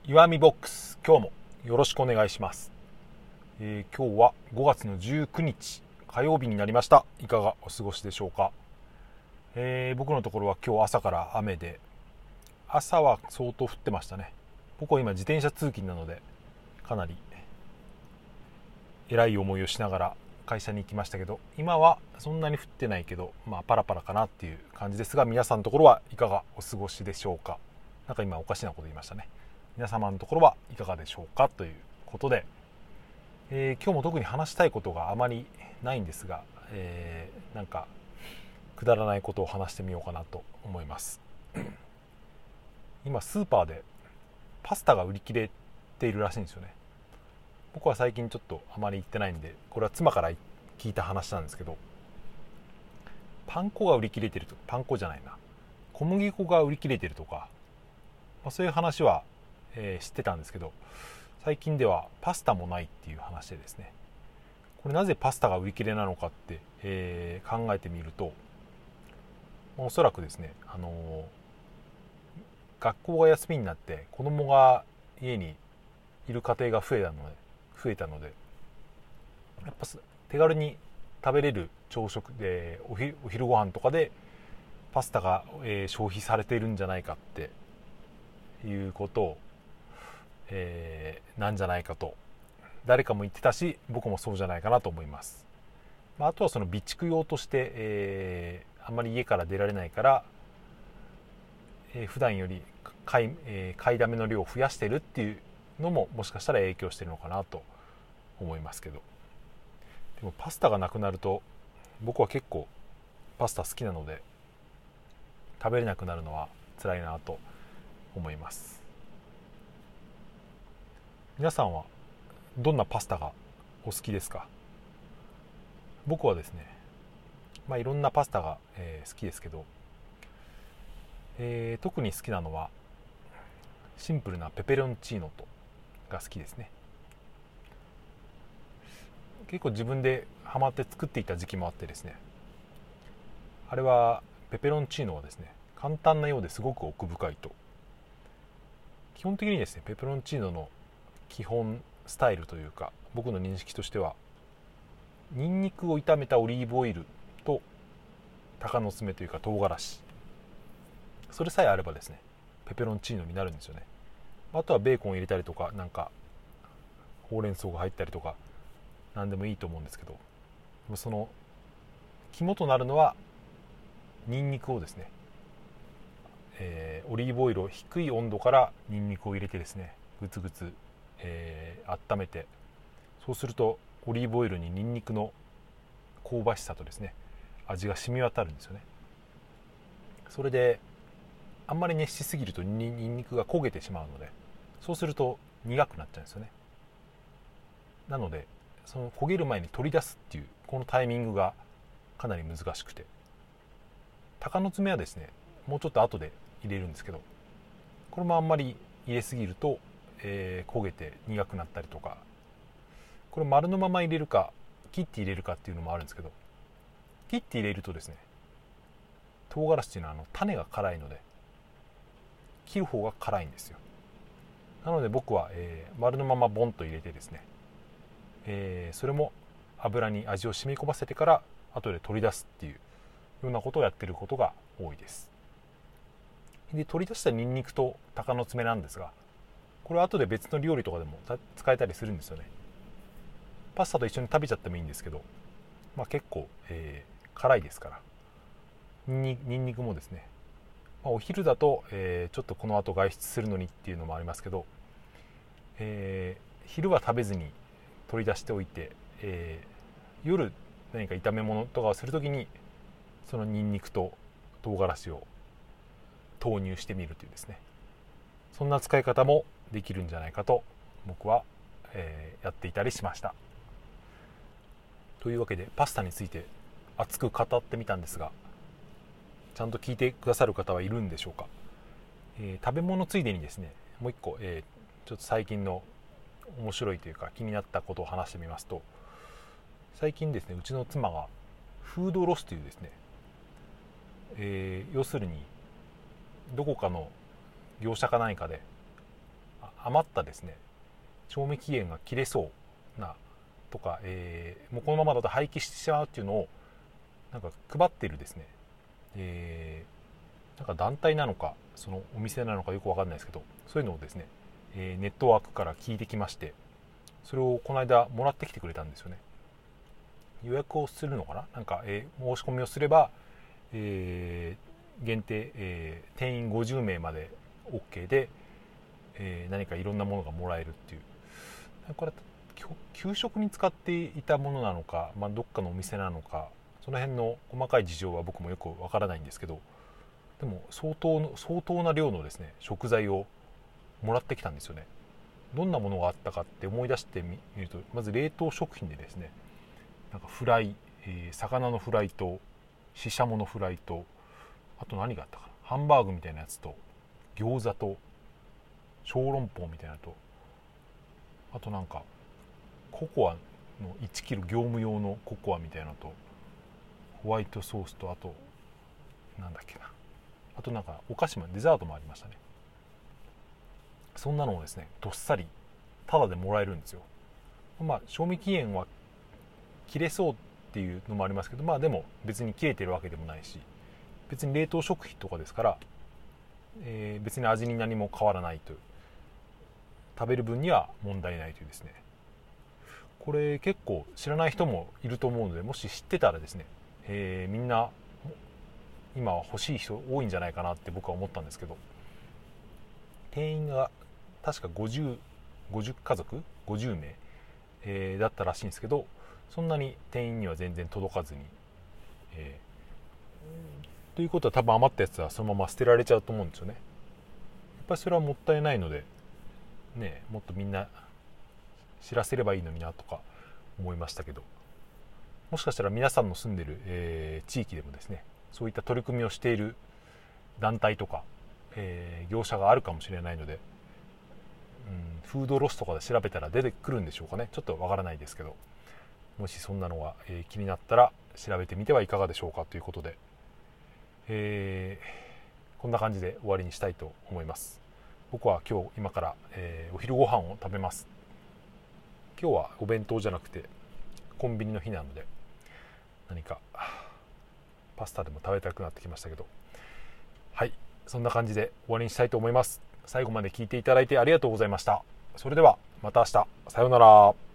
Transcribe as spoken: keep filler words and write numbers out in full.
岩見ボックス、今日もよろしくお願いします。えー、今日はごがつのじゅうくにち火曜日になりました。いかがお過ごしでしょうか。えー、僕のところは今日朝から雨で、朝は相当降ってましたね。僕は今自転車通勤なのでかなり偉い思いをしながら会社に行きましたけど、今はそんなに降ってないけど、まあパラパラかなっていう感じですが、皆さんのところはいかがお過ごしでしょうか。なんか今おかしなこと言いましたね。皆様のところはいかがでしょうかということで、えー、今日も特に話したいことがあまりないんですが、えー、なんかくだらないことを話してみようかなと思います。今スーパーでパスタが売り切れているらしいんですよね。僕は最近ちょっとあまり行ってないんで、これは妻から聞いた話なんですけど、パン粉が売り切れてるとか、パン粉じゃないな小麦粉が売り切れてるとか、まあ、そういう話はえー、知ってたんですけど、最近ではパスタもないっていう話でですね、これなぜパスタが売り切れなのかって、えー、考えてみると、おそらくですね、あのー、学校が休みになって子供が家にいる家庭が増えたので増えたのでやっぱ手軽に食べれる朝食でお昼、お昼ご飯とかでパスタが、えー、消費されているんじゃないかっていうことをえー、なんじゃないかと誰かも言ってたし、僕もそうじゃないかなと思います。まあ、あとはその備蓄用として、えー、あんまり家から出られないから、えー、普段より買い、えー、買いだめの量を増やしてるっていうのももしかしたら影響してるのかなと思いますけど、でもパスタがなくなると僕は結構パスタ好きなので食べれなくなるのは辛いなと思います。皆さんはどんなパスタがお好きですか？僕はですね、まあ、いろんなパスタが、えー好きですけど、えー特に好きなのはシンプルなペペロンチーノとが好きですね。結構自分でハマって作っていた時期もあってですね、あれはペペロンチーノはですね、簡単なようですごく奥深いと。基本的にですね、ペペロンチーノの基本スタイルというか、僕の認識としてはニンニクを炒めたオリーブオイルと鷹の爪というか唐辛子、それさえあればですねペペロンチーノになるんですよね。あとはベーコンを入れたりとか、なんかほうれん草が入ったりとか何でもいいと思うんですけど、その肝となるのはニンニクをですね、えー、オリーブオイルを低い温度からニンニクを入れてですね、グツグツ、えー、温めて、そうするとオリーブオイルにニンニクの香ばしさとですね味が染み渡るんですよね。それであんまり熱しすぎるとニンニクが焦げてしまうので、そうすると苦くなっちゃうんですよね。なのでその焦げる前に取り出すっていうこのタイミングがかなり難しくて、鷹の爪はですねもうちょっと後で入れるんですけど、これもあんまり入れすぎると、えー、焦げて苦くなったりとか、これ丸のまま入れるか切って入れるかっていうのもあるんですけど、切って入れるとですね、唐辛子っていうのはあの種が辛いので切る方が辛いんですよ。なので僕は、えー、丸のままボンと入れてですね、えー、それも油に味を染み込ませてから後で取り出すっていうようなことをやってることが多いです。で取り出したニンニクと鷹の爪なんですが、これは後で別の料理とかでも使えたりするんですよね。パスタと一緒に食べちゃってもいいんですけど、まあ、結構、えー、辛いですから、ニンニクもですね、まあ、お昼だと、えー、ちょっとこの後外出するのにっていうのもありますけど、えー、昼は食べずに取り出しておいて、えー、夜何か炒め物とかをするときにそのニンニクと唐辛子を投入してみるというですね、そんな使い方もできるんじゃないかと僕は、えー、やっていたりしました。というわけでパスタについて熱く語ってみたんですが、ちゃんと聞いてくださる方はいるんでしょうか。えー、食べ物ついでにですね、もう一個、えー、ちょっと最近の面白いというか気になったことを話してみますと、最近ですね、うちの妻がフードロスというですね、えー、要するにどこかの業者か何かで余ったですね賞味期限が切れそうなとか、えー、もうこのままだと廃棄してしまうっていうのをなんか配っているですね、えー、なんか団体なのかそのお店なのかよく分かんないですけど、そういうのをですね、えー、ネットワークから聞いてきまして、それをこの間もらってきてくれたんですよね。予約をするのかな、なんか、えー、申し込みをすれば、えー、限定、えー、定員ごじゅうめいまで OK で、えー、何かいろんなものがもらえるっていう、これ給食に使っていたものなのか、まあ、どっかのお店なのか、その辺の細かい事情は僕もよくわからないんですけど、でも相当の相当な量のですね食材をもらってきたんですよね。どんなものがあったかって思い出してみると、まず冷凍食品でですね、なんかフライ、えー、魚のフライとししゃものフライと、あと何があったかな、ハンバーグみたいなやつと餃子と小籠包みたいなと、あとなんかココアのいちキロ業務用のココアみたいなのとホワイトソースと、あとなんだっけな、あとなんかお菓子もデザートもありましたね。そんなのをですねどっさりタダでもらえるんですよ。まあ賞味期限は切れそうっていうのもありますけど、まあでも別に切れてるわけでもないし、別に冷凍食品とかですから、えー、別に味に何も変わらないという、食べる分には問題ないというですね、これ結構知らない人もいると思うので、もし知ってたらですね、えー、みんな今は欲しい人多いんじゃないかなって僕は思ったんですけど、定員が確かごじゅう、ごじゅう家族ごじゅうめい、えー、だったらしいんですけど、そんなに定員には全然届かずに、えー、ということは多分余ったやつはそのまま捨てられちゃうと思うんですよね。やっぱりそれはもったいないのでね、もっとみんな知らせればいいのになとか思いましたけど、もしかしたら皆さんの住んでる、えー、地域でもですね、そういった取り組みをしている団体とか、えー、業者があるかもしれないので、うん、フードロスとかで調べたら出てくるんでしょうかね、ちょっとわからないですけど、もしそんなのが、えー、気になったら調べてみてはいかがでしょうかということで、えー、こんな感じで終わりにしたいと思います。僕は今日今から、えー、お昼ご飯を食べます。今日はお弁当じゃなくてコンビニの日なので、何かパスタでも食べたくなってきましたけど、はい、そんな感じで終わりにしたいと思います。最後まで聞いていただいてありがとうございました。それではまた明日、さようなら。